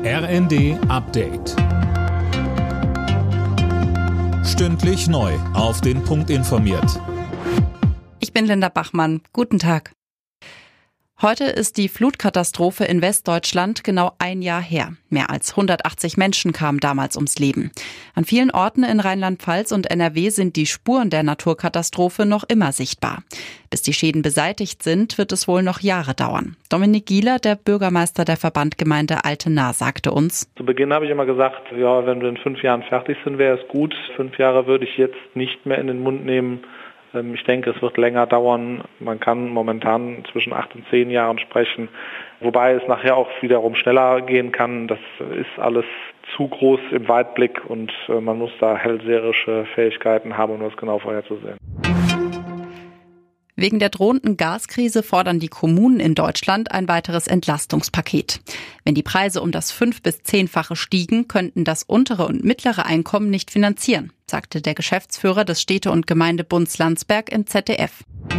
RND Update. Stündlich neu auf den Punkt informiert. Ich bin Linda Bachmann. Guten Tag. Heute ist die Flutkatastrophe in Westdeutschland genau ein Jahr her. Mehr als 180 Menschen kamen damals ums Leben. An vielen Orten in Rheinland-Pfalz und NRW sind die Spuren der Naturkatastrophe noch immer sichtbar. Bis die Schäden beseitigt sind, wird es wohl noch Jahre dauern. Dominik Gieler, der Bürgermeister der Verbandgemeinde Altena, sagte uns: Zu Beginn habe ich immer gesagt, ja, wenn wir in 5 Jahren fertig sind, wäre es gut. 5 Jahre würde ich jetzt nicht mehr in den Mund nehmen. Ich denke, es wird länger dauern. Man kann momentan zwischen 8 und 10 Jahren sprechen, wobei es nachher auch wiederum schneller gehen kann. Das ist alles zu groß im Weitblick und man muss da hellseherische Fähigkeiten haben, um das genau vorherzusehen. Wegen der drohenden Gaskrise fordern die Kommunen in Deutschland ein weiteres Entlastungspaket. Wenn die Preise um das 5- bis 10-fache stiegen, könnten das untere und mittlere Einkommen nicht finanzieren, sagte der Geschäftsführer des Städte- und Gemeindebunds Landsberg im ZDF.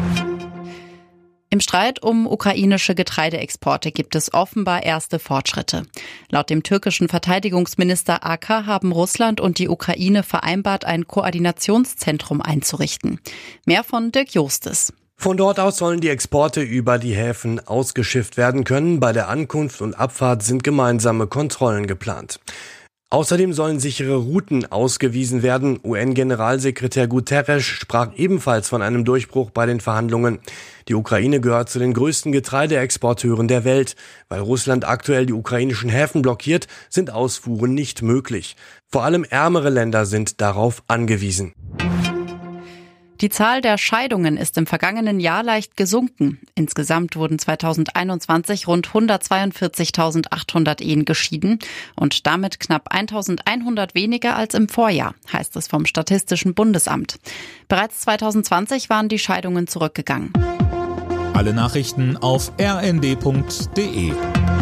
Im Streit um ukrainische Getreideexporte gibt es offenbar erste Fortschritte. Laut dem türkischen Verteidigungsminister Aka haben Russland und die Ukraine vereinbart, ein Koordinationszentrum einzurichten. Mehr von Dirk Jostes. Von dort aus sollen die Exporte über die Häfen ausgeschifft werden können. Bei der Ankunft und Abfahrt sind gemeinsame Kontrollen geplant. Außerdem sollen sichere Routen ausgewiesen werden. UN-Generalsekretär Guterres sprach ebenfalls von einem Durchbruch bei den Verhandlungen. Die Ukraine gehört zu den größten Getreideexporteuren der Welt. Weil Russland aktuell die ukrainischen Häfen blockiert, sind Ausfuhren nicht möglich. Vor allem ärmere Länder sind darauf angewiesen. Die Zahl der Scheidungen ist im vergangenen Jahr leicht gesunken. Insgesamt wurden 2021 rund 142.800 Ehen geschieden und damit knapp 1.100 weniger als im Vorjahr, heißt es vom Statistischen Bundesamt. Bereits 2020 waren die Scheidungen zurückgegangen. Alle Nachrichten auf rnd.de.